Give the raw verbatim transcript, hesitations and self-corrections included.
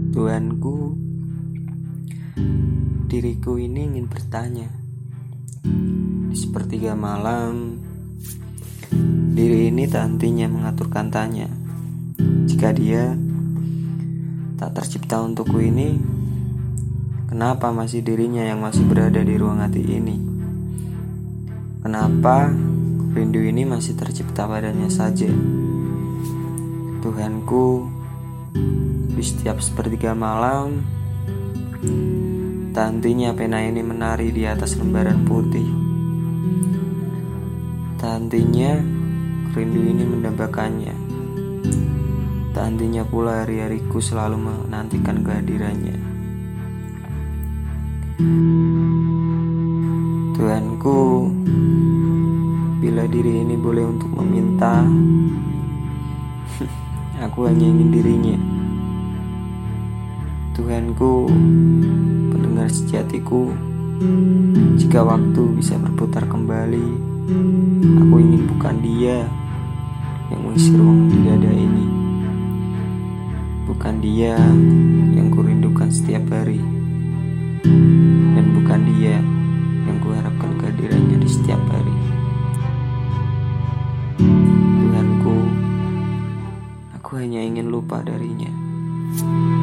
Tuhanku, diriku ini ingin bertanya. Di sepertiga malam, diri ini tak hentinya mengaturkan tanya. Jika dia tak tercipta untukku ini, kenapa masih dirinya yang masih berada di ruang hati ini? Kenapa rindu ini masih tercipta padanya saja? Tuhanku, di setiap sepertiga malam, tak hentinya pena ini menari di atas lembaran putih. Tak hentinya rindu ini mendambakannya. Tak hentinya pula hari-hariku selalu menantikan kehadirannya. Tuhanku, bila diri ini boleh untuk meminta, aku hanya ingin dirinya. Tuhanku, pendengar sejatiku, jika waktu bisa berputar kembali, aku ingin bukan dia yang mengisi ruang di dada ini, bukan dia yang kurindukan setiap hari, dan bukan dia yang kuharapkan kehadirannya di setiap hari. Tuhanku, aku hanya ingin lupa darinya.